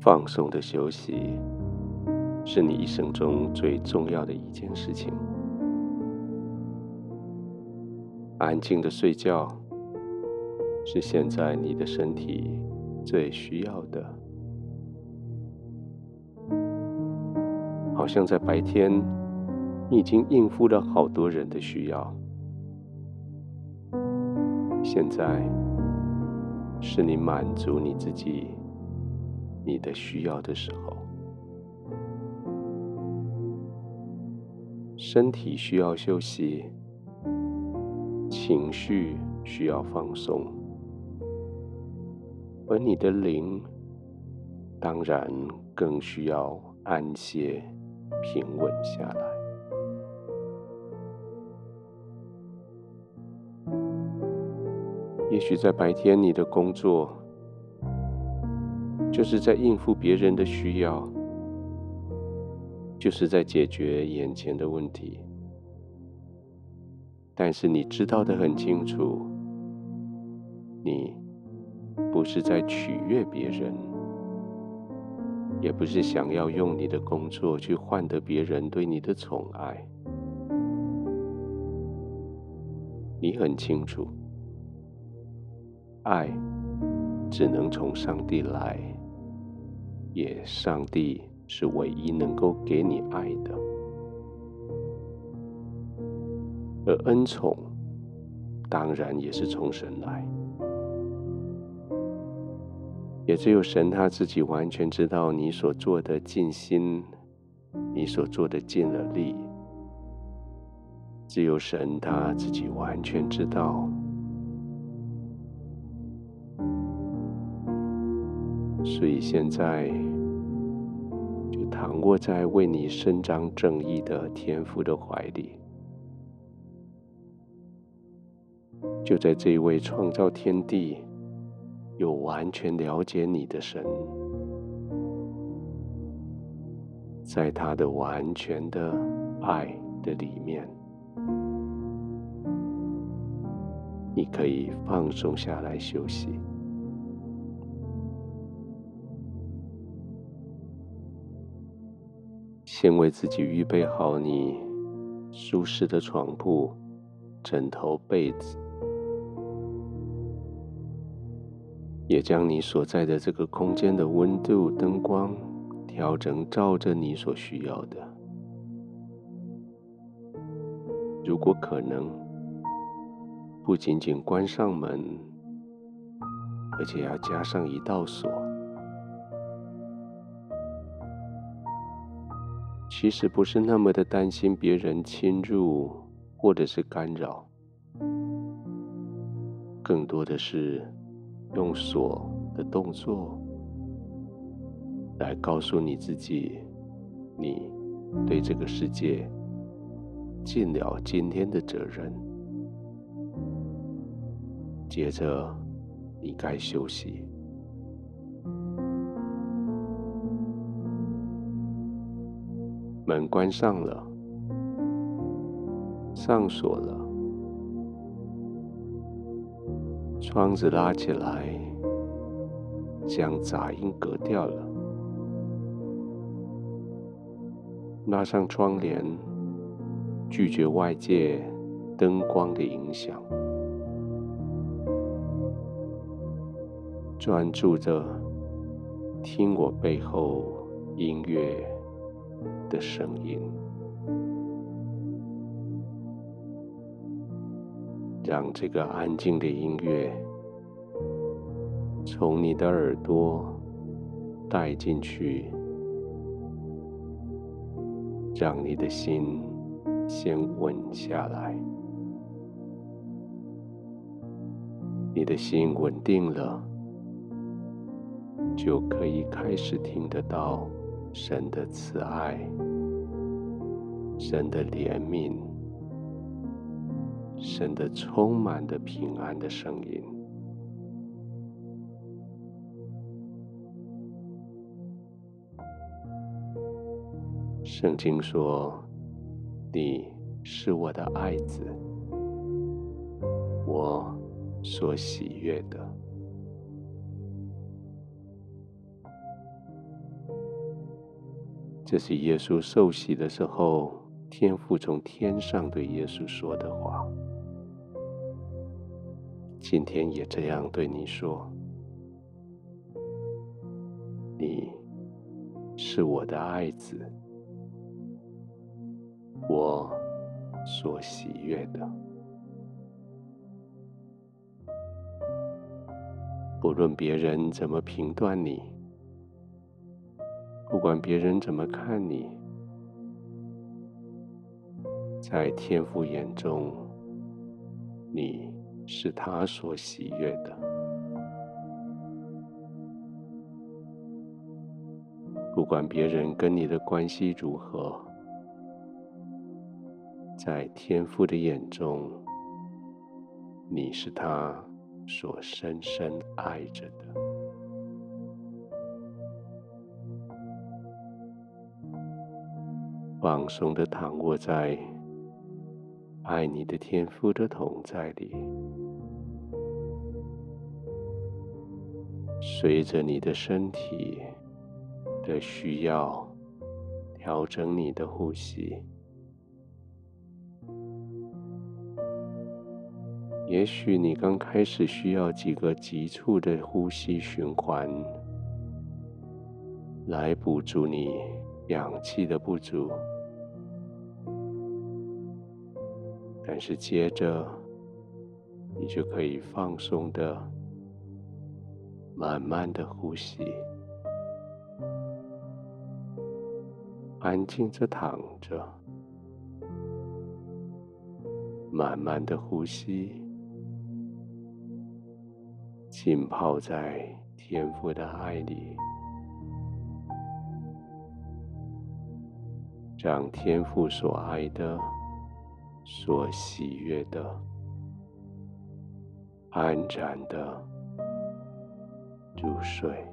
放松的休息是你一生中最重要的一件事情。安静的睡觉是现在你的身体最需要的。好像在白天，你已经应付了好多人的需要，现在是你满足你自己、你的需要的时候。身体需要休息，情绪需要放松，而你的灵当然更需要安歇、平稳下来。也许在白天，你的工作就是在应付别人的需要，就是在解决眼前的问题。但是你知道得很清楚，你不是在取悦别人，也不是想要用你的工作去换得别人对你的宠爱。你很清楚，爱只能从上帝来，也上帝是唯一能够给你爱的。而恩宠当然也是从神来，也只有神他自己完全知道你所做的尽心，你所做的尽了力，只有神他自己完全知道。所以现在就躺卧在为你伸张正义的天父的怀里，就在这一位创造天地又完全了解你的神，在他的完全的爱的里面，你可以放松下来休息。先为自己预备好你舒适的床铺、枕头、被子，也将你所在的这个空间的温度、灯光调整照着你所需要的。如果可能，不仅仅关上门，而且要加上一道锁。其实不是那么的担心别人侵入或者是干扰，更多的是用锁的动作来告诉你自己，你对这个世界尽了今天的责任。接着你该休息。门关上了，上锁了，窗子拉起来，将杂音隔掉了，拉上窗帘，拒绝外界灯光的影响，专注着听我背后音乐的声音，让这个安静的音乐从你的耳朵带进去，让你的心先稳下来。你的心稳定了，就可以开始听得到神的慈爱、神的怜悯、神的充满的平安的声音。圣经说，你是我的爱子，我所喜悦的。 这是耶稣受洗的时候，天父从天上对耶稣说的话。今天也这样对你说：你是我的爱子，我所喜悦的。不论别人怎么评断你，不管别人怎么看你，在天父眼中，你是他所喜悦的。不管别人跟你的关系如何，在天父的眼中，你是他所深深爱着的。放松地躺卧在爱你的天父的同在里，随着你的身体的需要，调整你的呼吸。也许你刚开始需要几个急促的呼吸循环，来补足你氧气的不足，但是接着你就可以放松的、慢慢的呼吸，安静着躺着，慢慢的呼吸，浸泡在天父的爱里，让天父所爱的、所喜悦的、安然的入睡。